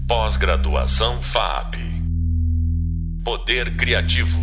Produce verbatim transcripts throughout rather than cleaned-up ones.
Pós-graduação F A P. Poder Criativo.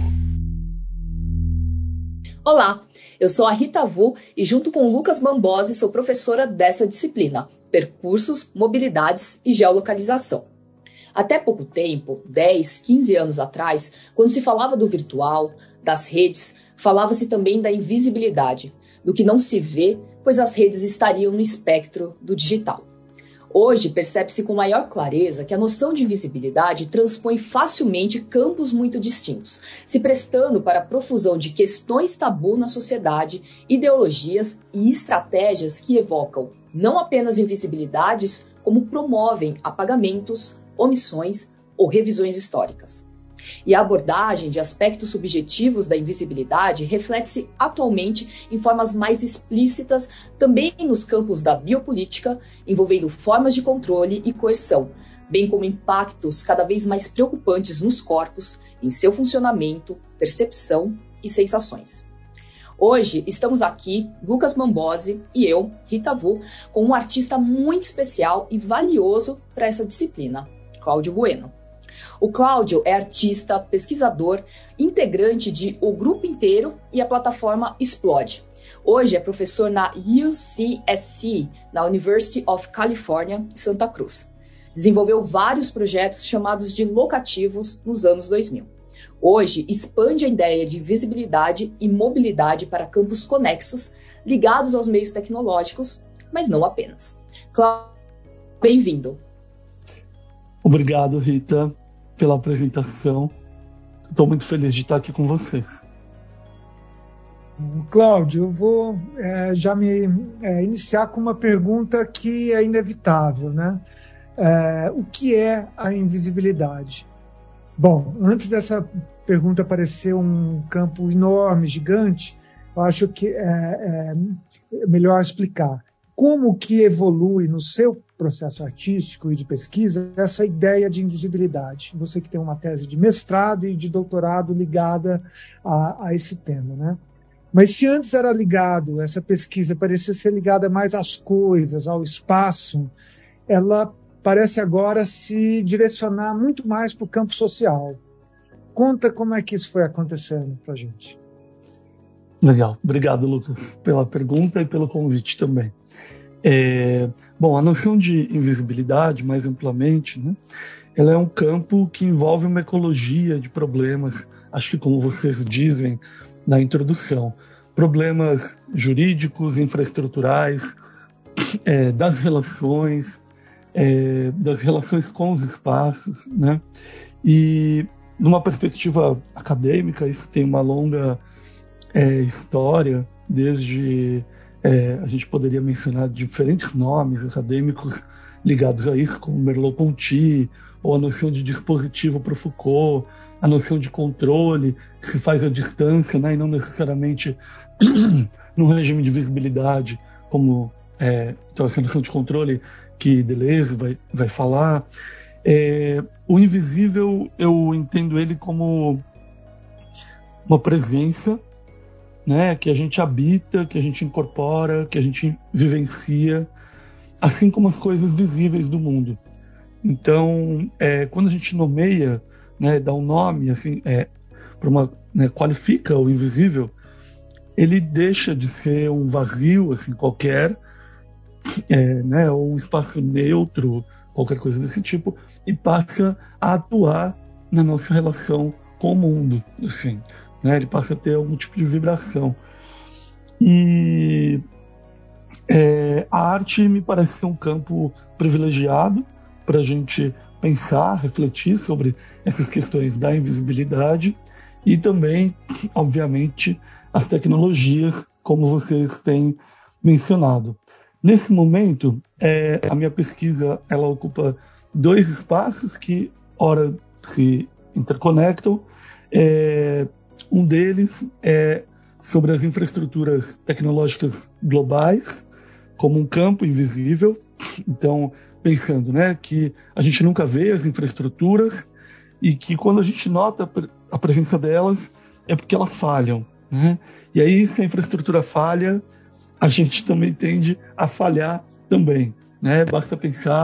Olá, eu sou a Rita Vu e junto com o Lucas Mambosi sou professora dessa disciplina, Percursos, Mobilidades e Geolocalização. Até pouco tempo, dez, quinze anos atrás, quando se falava do virtual, das redes, falava-se também da invisibilidade, do que não se vê, pois as redes estariam no espectro do digital. Hoje, percebe-se com maior clareza que a noção de invisibilidade transpõe facilmente campos muito distintos, se prestando para a profusão de questões tabu na sociedade, ideologias e estratégias que evocam não apenas invisibilidades, como promovem apagamentos, omissões ou revisões históricas. E a abordagem de aspectos subjetivos da invisibilidade reflete-se atualmente em formas mais explícitas também nos campos da biopolítica, envolvendo formas de controle e coerção, bem como impactos cada vez mais preocupantes nos corpos, em seu funcionamento, percepção e sensações. Hoje estamos aqui, Lucas Mambosi e eu, Rita Vu, com um artista muito especial e valioso para essa disciplina, Cláudio Bueno. O Cláudio é artista, pesquisador, integrante de O Grupo Inteiro e a plataforma Explode. Hoje é professor na U C S C, na University of California, Santa Cruz. Desenvolveu vários projetos chamados de locativos nos anos dois mil. Hoje expande a ideia de visibilidade e mobilidade para campos conexos, ligados aos meios tecnológicos, mas não apenas. Cláudio, bem-vindo. Obrigado, Rita, pela apresentação. Estou muito feliz de estar aqui com vocês. Cláudio, eu vou é, já me é, iniciar com uma pergunta que é inevitável, né? É, o que é a invisibilidade? Bom, antes dessa pergunta parecer um campo enorme, gigante, eu acho que é, é melhor explicar como que evolui no seu processo artístico e de pesquisa essa ideia de invisibilidade. Você que tem uma tese de mestrado e de doutorado ligada a, a esse tema, né? Mas se antes era ligado, essa pesquisa parecia ser ligada mais às coisas, ao espaço, ela parece agora se direcionar muito mais para o campo social. Conta como é que isso foi acontecendo para a gente. Legal. Obrigado, Lucas, pela pergunta e pelo convite também. É, bom, a noção de invisibilidade, mais amplamente, né, ela é um campo que envolve uma ecologia de problemas, acho que como vocês dizem na introdução, problemas jurídicos, infraestruturais, é, das relações, é, das relações com os espaços, né, e numa perspectiva acadêmica, isso tem uma longa é, história, desde... É, a gente poderia mencionar diferentes nomes acadêmicos ligados a isso, como Merleau-Ponty, ou a noção de dispositivo para Foucault, a noção de controle, que se faz à distância, né, e não necessariamente num regime de visibilidade, como é, então, essa noção de controle que Deleuze vai, vai falar. É, o invisível, eu entendo ele como uma presença, né, que a gente habita, que a gente incorpora, que a gente vivencia, assim como as coisas visíveis do mundo. Então, é, quando a gente nomeia, né, dá um nome, assim, é, para uma, né, qualifica o invisível, ele deixa de ser um vazio, assim, qualquer, é, né, ou um espaço neutro, qualquer coisa desse tipo, e passa a atuar na nossa relação com o mundo, assim. Né, ele passa a ter algum tipo de vibração. E é, a arte me parece ser um campo privilegiado para a gente pensar, refletir sobre essas questões da invisibilidade e também, obviamente, as tecnologias, como vocês têm mencionado. Nesse momento, é, a minha pesquisa ela ocupa dois espaços que, ora, se interconectam. É, Um deles é sobre as infraestruturas tecnológicas globais, como um campo invisível. Então, pensando, né, que a gente nunca vê as infraestruturas e que quando a gente nota a presença delas é porque elas falham, né? E aí, se a infraestrutura falha, a gente também tende a falhar também, né? Basta pensar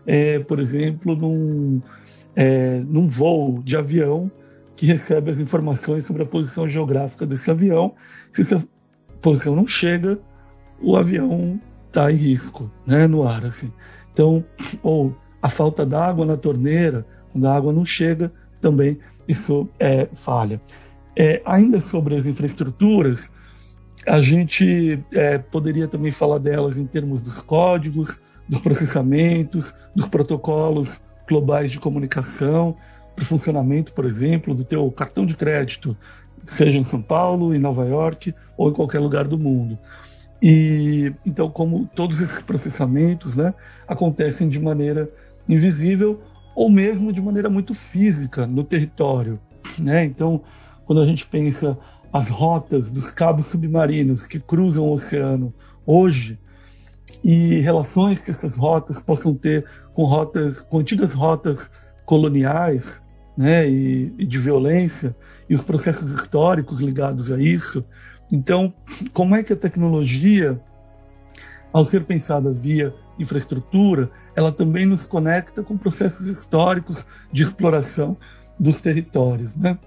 é, por exemplo, num, é, num voo de avião que recebe as informações sobre a posição geográfica desse avião. Se essa posição não chega, o avião está em risco, né, no ar. Assim. Então, ou a falta d'água na torneira, quando a água não chega, também isso é falha. É, ainda sobre as infraestruturas, a gente é, poderia também falar delas em termos dos códigos, dos processamentos, dos protocolos globais de comunicação, para o funcionamento, por exemplo, do teu cartão de crédito, seja em São Paulo, em Nova York ou em qualquer lugar do mundo. E então, como todos esses processamentos, né, acontecem de maneira invisível ou mesmo de maneira muito física no território, né? Então, quando a gente pensa as rotas dos cabos submarinos que cruzam o oceano hoje e relações que essas rotas possam ter com rotas, com antigas rotas coloniais, né, e, e de violência, e os processos históricos ligados a isso. Então, como é que a tecnologia, ao ser pensada via infraestrutura, ela também nos conecta com processos históricos de exploração dos territórios, né?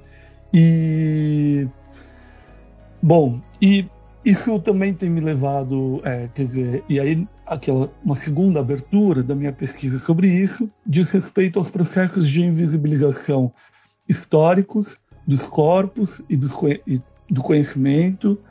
E, bom, e isso também tem me levado, é, quer dizer, e aí aquela, uma segunda abertura da minha pesquisa sobre isso diz respeito aos processos de invisibilização históricos dos corpos e, dos, e do conhecimento.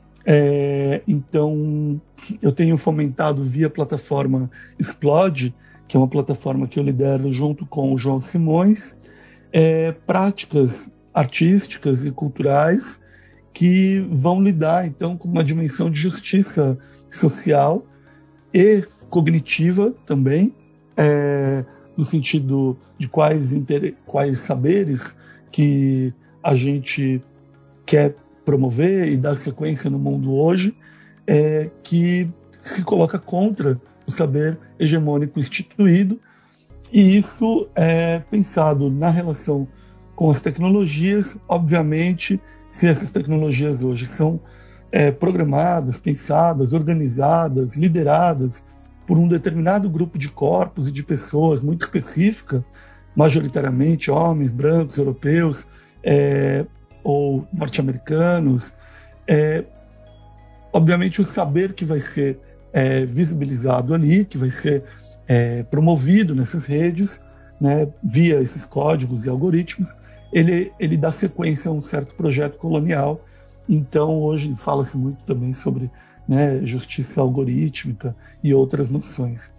É, então, eu tenho fomentado via plataforma Explode, que é uma plataforma que eu lidero junto com o João Simões, é, práticas artísticas e culturais que vão lidar, então, com uma dimensão de justiça social e cognitiva também, é, no sentido de quais, inter... quais saberes que a gente quer promover e dar sequência no mundo hoje, é, que se coloca contra o saber hegemônico instituído, e isso é pensado na relação com as tecnologias. Obviamente, se essas tecnologias hoje são é, programadas, pensadas, organizadas, lideradas por um determinado grupo de corpos e de pessoas muito específica, majoritariamente homens, brancos, europeus, é, ou norte-americanos, é, obviamente o saber que vai ser é, visibilizado ali, que vai ser é, promovido nessas redes, né, via esses códigos e algoritmos, ele, ele dá sequência a um certo projeto colonial. Então, hoje fala-se muito também sobre, né, justiça algorítmica e outras noções.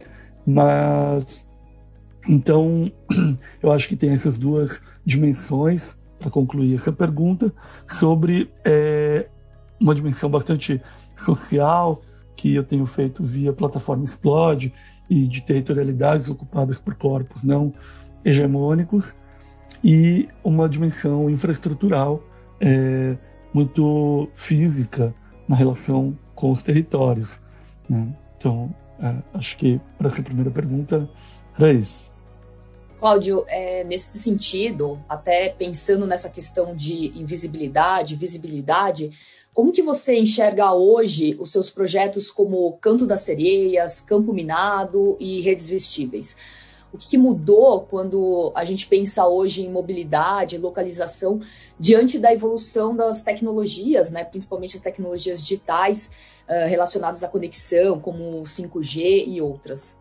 Mas, então, eu acho que tem essas duas dimensões, para concluir essa pergunta, sobre é, uma dimensão bastante social, que eu tenho feito via plataforma Explode, e de territorialidades ocupadas por corpos não hegemônicos, e uma dimensão infraestrutural é, muito física na relação com os territórios, né? Então, é, acho que para essa primeira pergunta era isso. Cláudio, é, nesse sentido, até pensando nessa questão de invisibilidade, visibilidade, como que você enxerga hoje os seus projetos como Canto das Sereias, Campo Minado e Redes Vestíveis? O que, que mudou quando a gente pensa hoje em mobilidade, localização, diante da evolução das tecnologias, né, principalmente as tecnologias digitais uh, relacionadas à conexão, como cinco G e outras?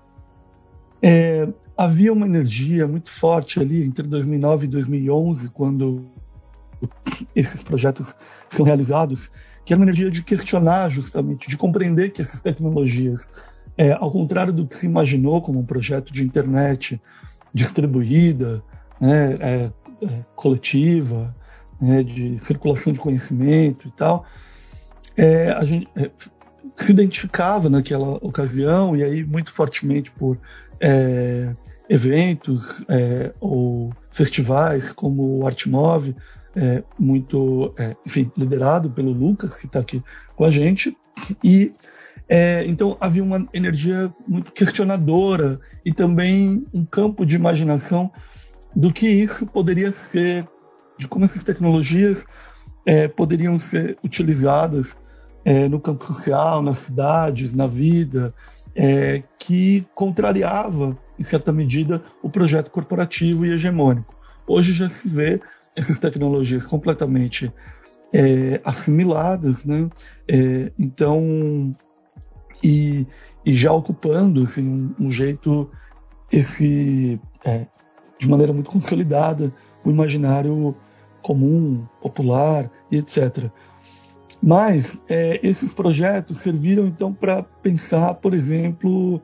É, havia uma energia muito forte ali entre dois mil e nove e dois mil e onze, quando esses projetos são realizados, que era uma energia de questionar justamente, de compreender que essas tecnologias, é, ao contrário do que se imaginou como um projeto de internet distribuída, né, é, é, coletiva, né, de circulação de conhecimento e tal, é, a gente é, se identificava naquela ocasião, e aí muito fortemente por É, eventos é, ou festivais como o Artmove, é, muito, é, enfim, liderado pelo Lucas, que está aqui com a gente, e é, então havia uma energia muito questionadora e também um campo de imaginação do que isso poderia ser, de como essas tecnologias é, poderiam ser utilizadas é, no campo social, nas cidades, na vida, é, que contrariava, em certa medida, o projeto corporativo e hegemônico. Hoje já se vê essas tecnologias completamente é, assimiladas, né? É, então, e, e já ocupando assim, um, um jeito, esse, é, de maneira muito consolidada, o imaginário comum, popular e etcétera. Mas é, esses projetos serviram então para pensar, por exemplo,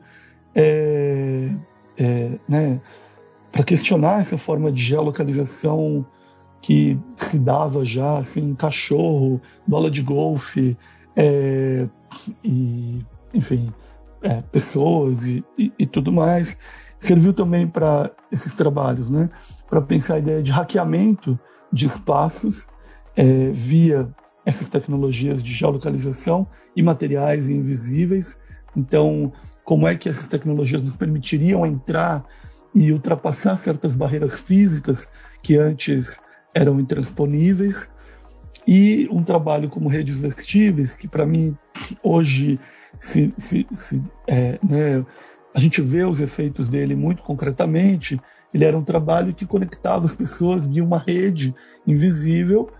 é, é, né, para questionar essa forma de geolocalização que se dava já, assim, cachorro, bola de golfe, é, e, enfim, é, pessoas e, e, e tudo mais. Serviu também para esses trabalhos, né, para pensar a ideia de hackeamento de espaços é, via essas tecnologias de geolocalização e materiais invisíveis. Então, como é que essas tecnologias nos permitiriam entrar e ultrapassar certas barreiras físicas que antes eram intransponíveis? E um trabalho como redes vestíveis, que para mim hoje se, se, se, é, né, a gente vê os efeitos dele muito concretamente. Ele era um trabalho que conectava as pessoas de uma rede invisível.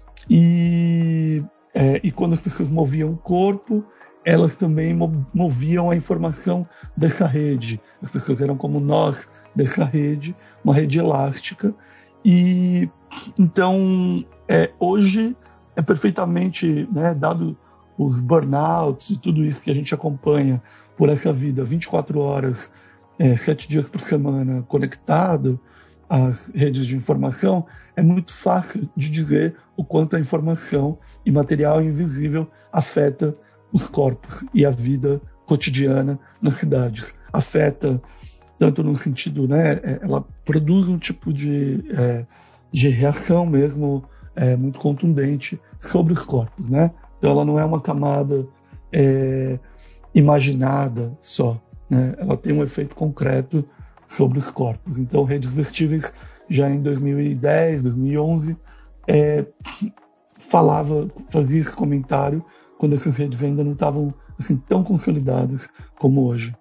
E, é, e quando as pessoas moviam o corpo, elas também moviam a informação dessa rede. As pessoas eram como nós dessa rede, uma rede elástica. E então, é, hoje é perfeitamente, né, dado os burnouts e tudo isso que a gente acompanha por essa vida, vinte e quatro horas, é, sete dias por semana conectado às redes de informação, é muito fácil de dizer o quanto a informação e material invisível afeta os corpos e a vida cotidiana nas cidades. Afeta tanto no sentido, né, ela produz um tipo de, é, de reação mesmo é, muito contundente sobre os corpos, né? Então ela não é uma camada é, imaginada só, né? Ela tem um efeito concreto sobre os corpos. Então, Redes Vestíveis, já em dois mil e dez, dois mil e onze, é, falava, fazia esse comentário quando essas redes ainda não estavam assim, tão consolidadas como hoje.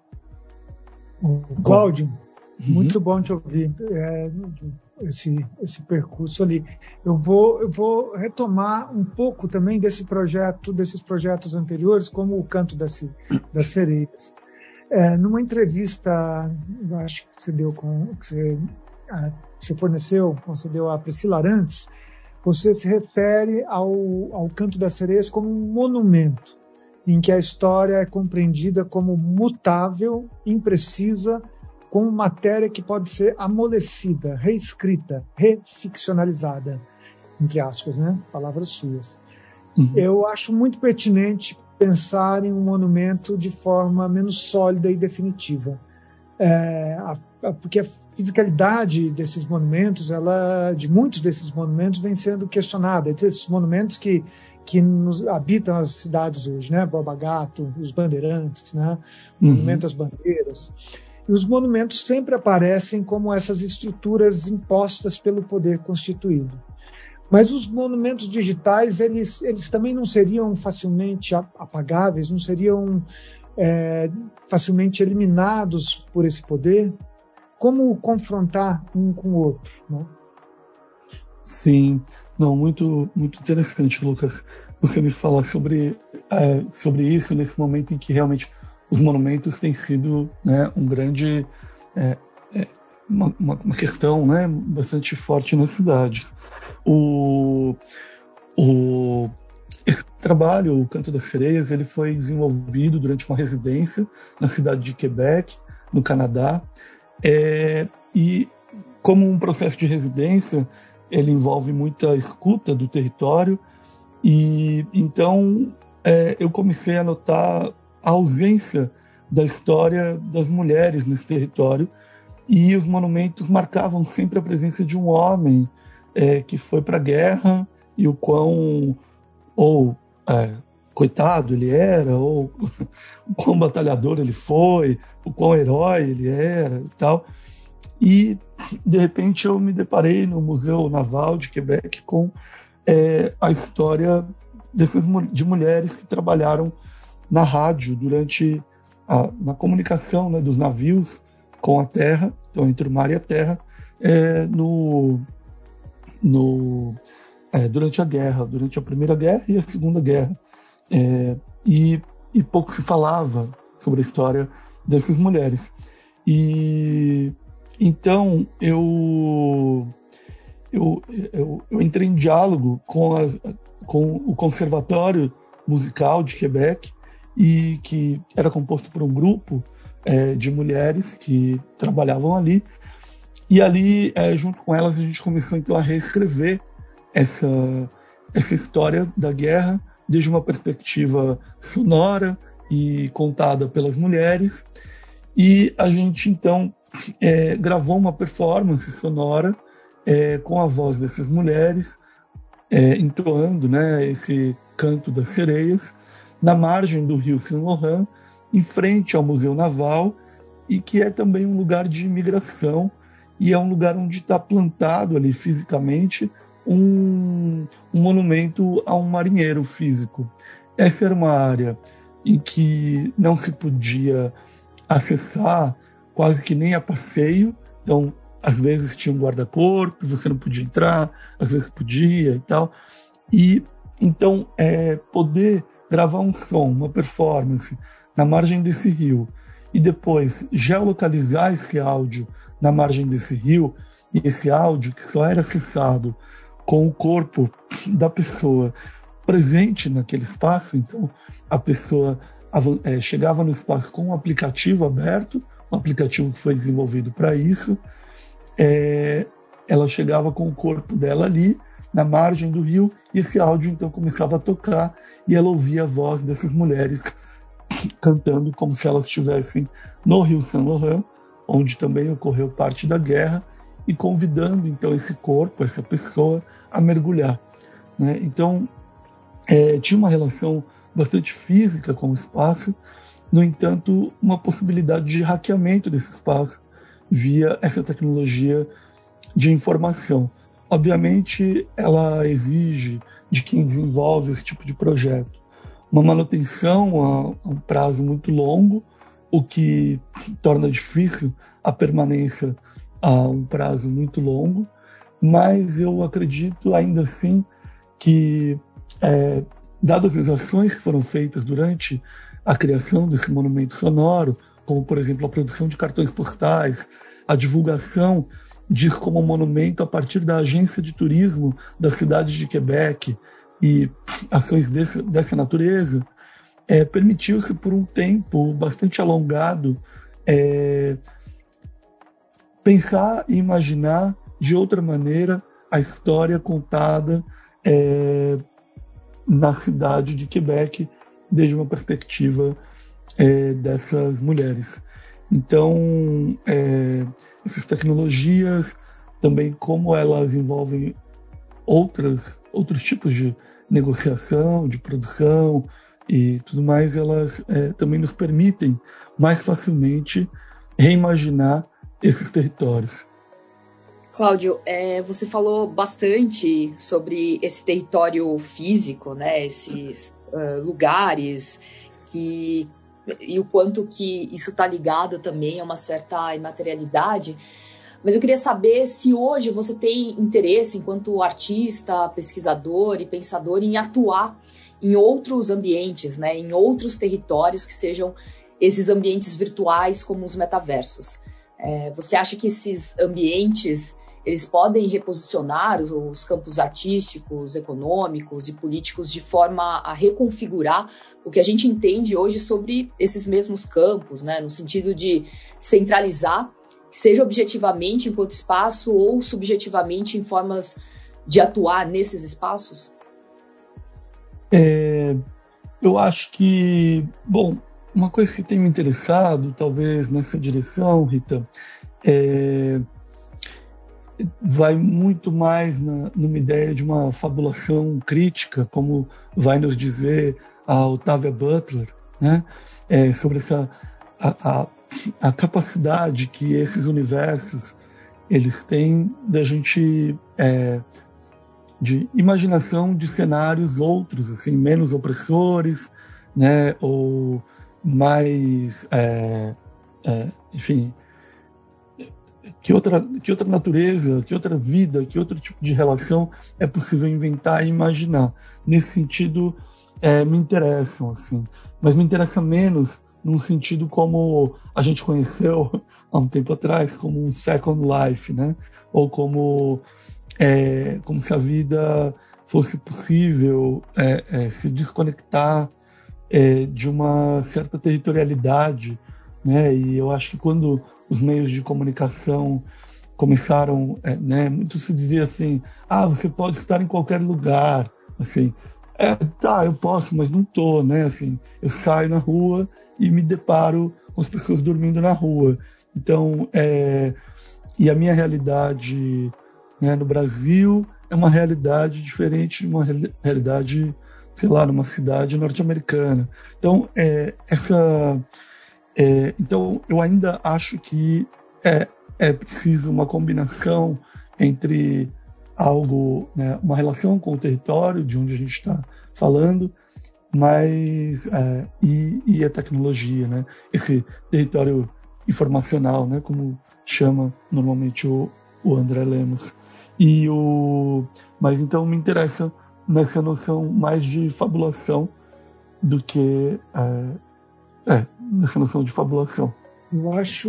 Cláudio, uhum. Muito bom te ouvir, é, esse, esse percurso ali. Eu vou, eu vou retomar um pouco também desse projeto, desses projetos anteriores, como o Canto das, das Sereias. É, numa entrevista, eu acho que você deu com, que você, a, você forneceu, concedeu a Priscila Arantes, você se refere ao, ao Canto das Sereias como um monumento, em que a história é compreendida como mutável, imprecisa, como matéria que pode ser amolecida, reescrita, reficcionalizada, entre aspas, né? Palavras suas. Uhum. Eu acho muito pertinente pensar em um monumento de forma menos sólida e definitiva. É, a, a, porque a fisicalidade desses monumentos, ela, de muitos desses monumentos, vem sendo questionada. Esses monumentos que, que nos habitam as cidades hoje, né? Borba Gato, os bandeirantes, né? O uhum. Monumento às bandeiras. E os monumentos sempre aparecem como essas estruturas impostas pelo poder constituído. Mas os monumentos digitais, eles, eles também não seriam facilmente apagáveis, não seriam é, facilmente eliminados por esse poder? Como confrontar um com o outro? Né? Sim, não, muito, muito interessante, Lucas, você me falar sobre, é, sobre isso nesse momento em que realmente os monumentos têm sido, né, um grande... É, é, Uma, uma, uma questão, né, bastante forte nas cidades. O, o, esse trabalho, o Canto das Sereias, ele foi desenvolvido durante uma residência na cidade de Quebec, no Canadá, é, e como um processo de residência, ele envolve muita escuta do território, e então é, eu comecei a notar a ausência da história das mulheres nesse território. E os monumentos marcavam sempre a presença de um homem é, que foi para a guerra e o quão, ou é, coitado ele era, ou o quão batalhador ele foi, o quão herói ele era e tal. E, de repente, eu me deparei no Museu Naval de Quebec com é, a história dessas, de mulheres que trabalharam na rádio durante a na comunicação, né, dos navios com a terra, então entre o mar e a terra, é, no, no, é, durante a guerra, durante a Primeira Guerra e a Segunda Guerra. É, e, e pouco se falava sobre a história dessas mulheres. E então eu, eu, eu, eu entrei em diálogo com, a, com o Conservatório Musical de Quebec, e que era composto por um grupo é, de mulheres que trabalhavam ali. E ali, é, junto com elas, a gente começou então a reescrever essa, essa história da guerra desde uma perspectiva sonora e contada pelas mulheres. E a gente então é, gravou uma performance sonora é, com a voz dessas mulheres, é, entoando, né, esse canto das sereias, na margem do rio Saint-Laurent, em frente ao Museu Naval, e que é também um lugar de imigração, e é um lugar onde está plantado ali fisicamente um, um monumento a um marinheiro físico. Essa era uma área em que não se podia acessar quase que nem a passeio, então às vezes tinha um guarda-corpo, você não podia entrar, às vezes podia e tal. E então é, poder gravar um som, uma performance na margem desse rio e depois geolocalizar esse áudio na margem desse rio, e esse áudio que só era acessado com o corpo da pessoa presente naquele espaço, então a pessoa é, chegava no espaço com um aplicativo aberto, um aplicativo que foi desenvolvido para isso, é, ela chegava com o corpo dela ali, na margem do rio, e esse áudio então começava a tocar, e ela ouvia a voz dessas mulheres cantando como se elas estivessem no rio Saint-Laurent, onde também ocorreu parte da guerra, e convidando então esse corpo, essa pessoa, a mergulhar, né? Então é, tinha uma relação bastante física com o espaço, no entanto, uma possibilidade de hackeamento desse espaço via essa tecnologia de informação. Obviamente, ela exige de quem desenvolve esse tipo de projeto uma manutenção a um prazo muito longo, o que torna difícil a permanência a um prazo muito longo, mas eu acredito ainda assim que, é, dadas as ações que foram feitas durante a criação desse monumento sonoro, como por exemplo a produção de cartões postais, a divulgação disso como um monumento a partir da agência de turismo da cidade de Quebec e ações desse, dessa natureza, é, permitiu-se por um tempo bastante alongado é, pensar e imaginar de outra maneira a história contada é, na cidade de Quebec desde uma perspectiva é, dessas mulheres. Então, é, essas tecnologias, também como elas envolvem outras, outros tipos de negociação, de produção e tudo mais, elas é, também nos permitem mais facilmente reimaginar esses territórios. Cláudio, é, você falou bastante sobre esse território físico, né, esses uh, lugares que, e o quanto que isso está ligado também a uma certa imaterialidade. Mas eu queria saber se hoje você tem interesse, enquanto artista, pesquisador e pensador, em atuar em outros ambientes, né, em outros territórios que sejam esses ambientes virtuais como os metaversos. É, você acha que esses ambientes eles podem reposicionar os, os campos artísticos, econômicos e políticos de forma a reconfigurar o que a gente entende hoje sobre esses mesmos campos, né, no sentido de centralizar, seja objetivamente enquanto espaço ou subjetivamente em formas de atuar nesses espaços? É, eu acho que, bom, uma coisa que tem me interessado, talvez nessa direção, Rita, é, vai muito mais na, numa ideia de uma fabulação crítica, como vai nos dizer a Octavia Butler, né, é, sobre essa a, a, a capacidade que esses universos eles têm da gente é, de imaginação de cenários outros, assim, menos opressores, né, ou mais, é, é, enfim, que outra, que outra natureza, que outra vida, que outro tipo de relação é possível inventar e imaginar. Nesse sentido, é, me interessam, assim, mas me interessa menos num sentido como a gente conheceu há um tempo atrás, como um Second Life, né, ou como É, como se a vida fosse possível é, é, se desconectar é, de uma certa territorialidade, né? E eu acho que quando os meios de comunicação começaram, é, né, muito se dizia assim, ah, você pode estar em qualquer lugar, assim, é, tá, eu posso, mas não tô, né? Assim, eu saio na rua e me deparo com as pessoas dormindo na rua. Então, é, e a minha realidade, né, no Brasil é uma realidade diferente de uma realidade, sei lá, numa cidade norte-americana. Então, é, essa, é, então, eu ainda acho que é, é preciso uma combinação entre algo, né, uma relação com o território de onde a gente está falando, mas é, e, e a tecnologia, né, esse território informacional, né, como chama normalmente o, o André Lemos. E o, mas então me interessa nessa noção mais de fabulação do que é, é, nessa noção de fabulação. Eu acho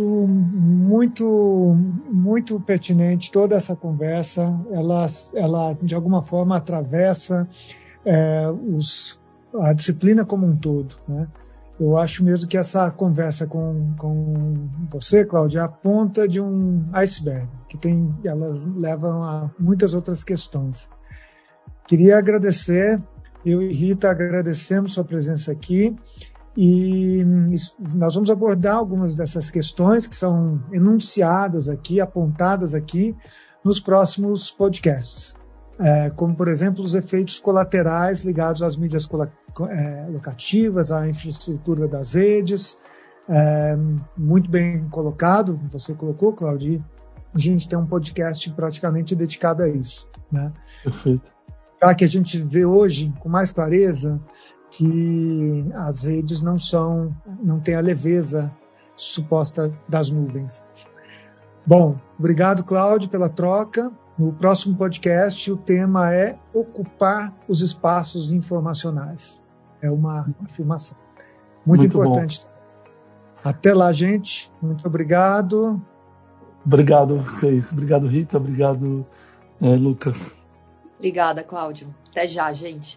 muito, muito pertinente toda essa conversa. Ela, ela de alguma forma atravessa é, os, a disciplina como um todo, né? Eu acho mesmo que essa conversa com, com você, Cláudia, é a ponta de um iceberg, que tem, elas levam a muitas outras questões. Queria agradecer, eu e Rita agradecemos sua presença aqui, e nós vamos abordar algumas dessas questões que são enunciadas aqui, apontadas aqui, nos próximos podcasts. É, como, por exemplo, os efeitos colaterais ligados às mídias é, locativas, à infraestrutura das redes. É, muito bem colocado, você colocou, Claudio. A gente tem um podcast praticamente dedicado a isso, né? Perfeito. Já que a gente vê hoje, com mais clareza, que as redes não são, não têm a leveza suposta das nuvens. Bom, obrigado, Cláudio, pela troca. No próximo podcast, o tema é ocupar os espaços informacionais. É uma afirmação muito, muito importante. Bom. Até lá, gente. Muito obrigado. Obrigado a vocês. Obrigado, Rita. Obrigado, é, Lucas. Obrigada, Cláudio. Até já, gente.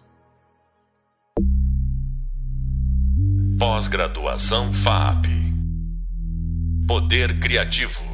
Pós-graduação F A A P. Poder Criativo.